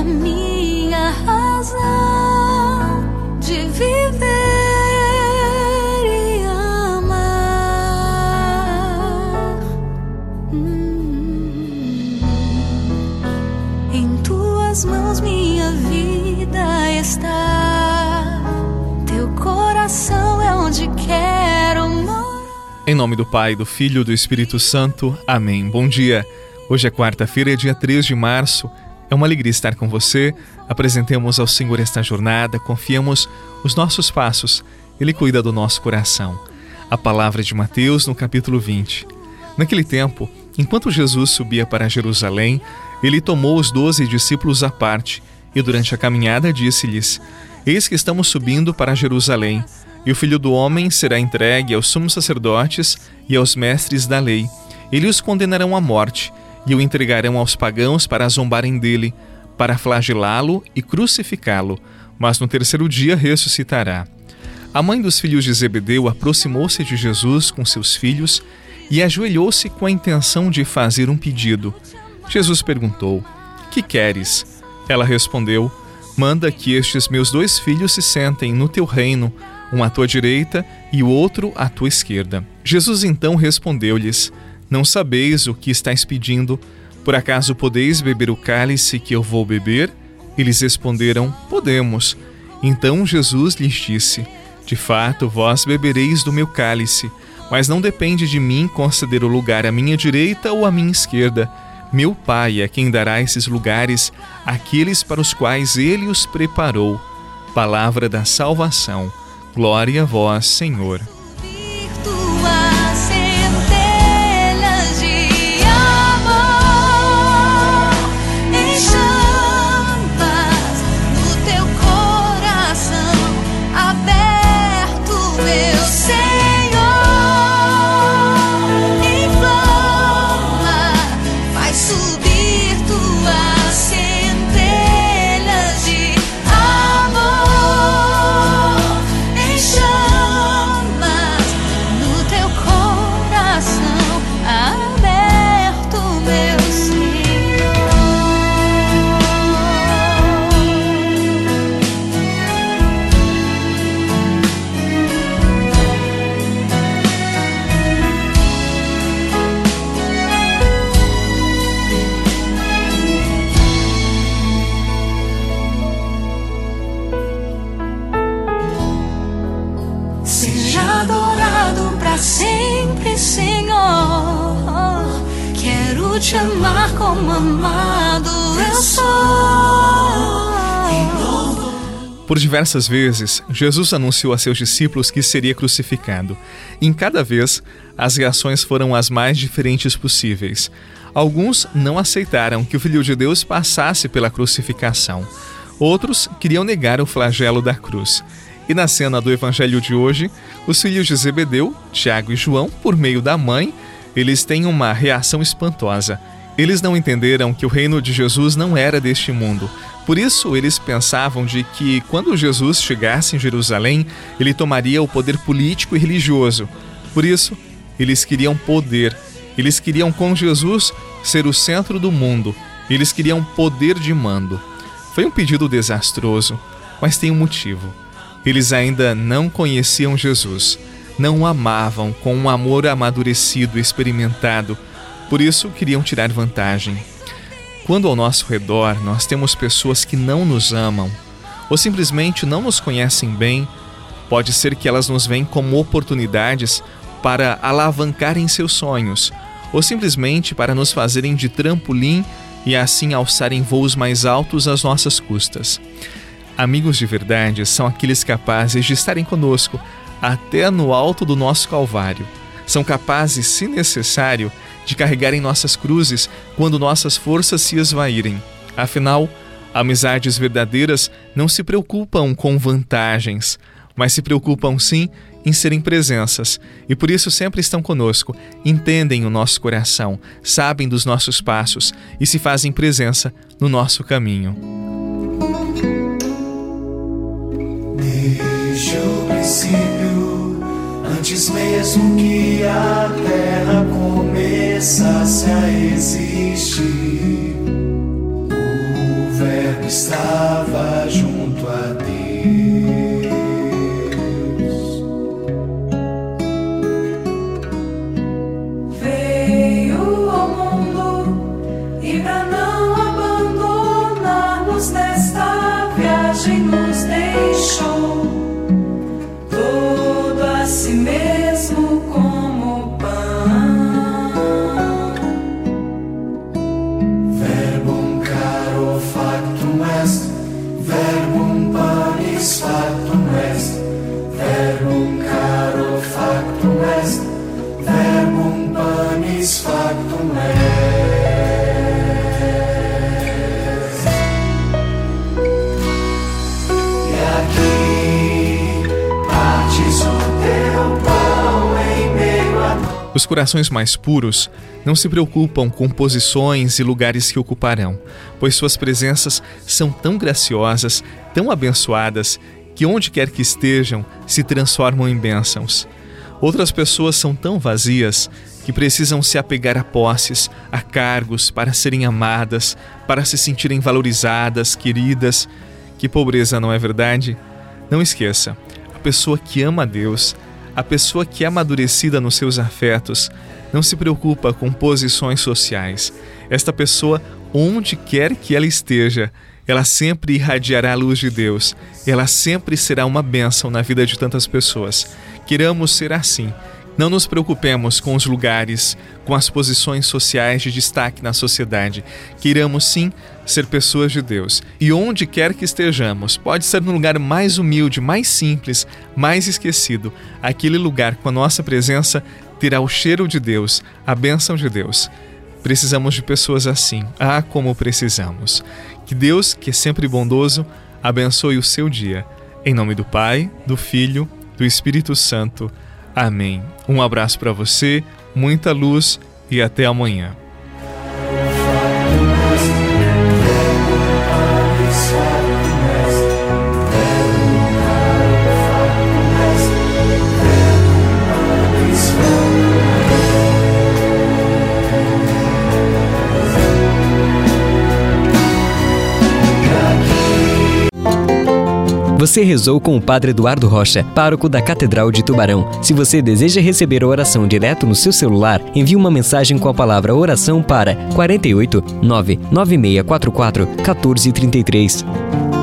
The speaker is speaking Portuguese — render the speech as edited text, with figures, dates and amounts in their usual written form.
minha razão de viver e amar. Em tuas mãos minha vida está, teu coração é onde quero morar. Em nome do Pai, do Filho e do Espírito Santo. Amém. Bom dia. Hoje é quarta-feira, dia 3 de março. É uma alegria estar com você. Apresentemos ao Senhor esta jornada, confiamos os nossos passos. Ele cuida do nosso coração. A palavra de Mateus, no capítulo 20. Naquele tempo, enquanto Jesus subia para Jerusalém, ele tomou os 12 discípulos à parte e durante a caminhada disse-lhes: Eis que estamos subindo para Jerusalém, e o Filho do Homem será entregue aos sumos sacerdotes e aos mestres da lei. Eles os condenarão à morte e o entregarão aos pagãos para zombarem dele, para flagelá-lo e crucificá-lo, mas no terceiro dia ressuscitará. A mãe dos filhos de Zebedeu aproximou-se de Jesus com seus filhos e ajoelhou-se com a intenção de fazer um pedido. Jesus perguntou: Que queres? Ela respondeu: Manda que estes meus 2 filhos se sentem no teu reino, um à tua direita e o outro à tua esquerda. Jesus então respondeu-lhes: Não sabeis o que estáis pedindo? Por acaso podeis beber o cálice que eu vou beber? Eles responderam: Podemos. Então Jesus lhes disse: De fato, vós bebereis do meu cálice, mas não depende de mim conceder o lugar à minha direita ou à minha esquerda. Meu Pai é quem dará esses lugares àqueles para os quais Ele os preparou. Palavra da salvação. Glória a vós, Senhor. Adorado pra sempre, Senhor. Quero te amar como amado eu sou. Por diversas vezes, Jesus anunciou a seus discípulos que seria crucificado. Em cada vez, as reações foram as mais diferentes possíveis. Alguns não aceitaram que o Filho de Deus passasse pela crucificação. Outros queriam negar o flagelo da cruz. E na cena do Evangelho de hoje, os filhos de Zebedeu, Tiago e João, por meio da mãe, eles têm uma reação espantosa. Eles não entenderam que o reino de Jesus não era deste mundo. Por isso, eles pensavam de que, quando Jesus chegasse em Jerusalém, ele tomaria o poder político e religioso. Por isso, eles queriam poder. Eles queriam, com Jesus, ser o centro do mundo. Eles queriam poder de mando. Foi um pedido desastroso, mas tem um motivo. Eles ainda não conheciam Jesus, não o amavam com um amor amadurecido e experimentado, por isso queriam tirar vantagem. Quando ao nosso redor nós temos pessoas que não nos amam, ou simplesmente não nos conhecem bem, pode ser que elas nos veem como oportunidades para alavancarem seus sonhos, ou simplesmente para nos fazerem de trampolim e assim alçarem voos mais altos às nossas custas. Amigos de verdade são aqueles capazes de estarem conosco até no alto do nosso Calvário. São capazes, se necessário, de carregarem nossas cruzes quando nossas forças se esvaírem. Afinal, amizades verdadeiras não se preocupam com vantagens, mas se preocupam sim em serem presenças. E por isso sempre estão conosco, entendem o nosso coração, sabem dos nossos passos e se fazem presença no nosso caminho. Desde o princípio, antes mesmo que a terra começasse a existir, o Verbo estava junto a Deus. Veio ao mundo e pra não abandonarmos nesta viagem nos deixou todo a si mesmo como pão. Verbum caro factum est, verbum panis factum est, verbum caro factum est, verbum panis factum est. E aqui partes o teu pão em meio a nós. Os corações mais puros não se preocupam com posições e lugares que ocuparão, pois suas presenças são tão graciosas, tão abençoadas, que onde quer que estejam, se transformam em bênçãos. Outras pessoas são tão vazias que precisam se apegar a posses, a cargos, para serem amadas, para se sentirem valorizadas, queridas. Que pobreza, não é verdade? Não esqueça, a pessoa que ama a Deus, a pessoa que é amadurecida nos seus afetos, não se preocupa com posições sociais. Esta pessoa, onde quer que ela esteja, ela sempre irradiará a luz de Deus. Ela sempre será uma bênção na vida de tantas pessoas. Queiramos ser assim. Não nos preocupemos com os lugares, com as posições sociais de destaque na sociedade. Queiramos sim ser pessoas de Deus. E onde quer que estejamos, pode ser no lugar mais humilde, mais simples, mais esquecido. Aquele lugar com a nossa presença terá o cheiro de Deus, a bênção de Deus. Precisamos de pessoas assim. Ah, como precisamos. Que Deus, que é sempre bondoso, abençoe o seu dia. Em nome do Pai, do Filho, do Espírito Santo. Amém. Um abraço para você, muita luz e até amanhã. Você rezou com o Padre Eduardo Rocha, pároco da Catedral de Tubarão. Se você deseja receber a oração direto no seu celular, envie uma mensagem com a palavra oração para 48 99644 1433.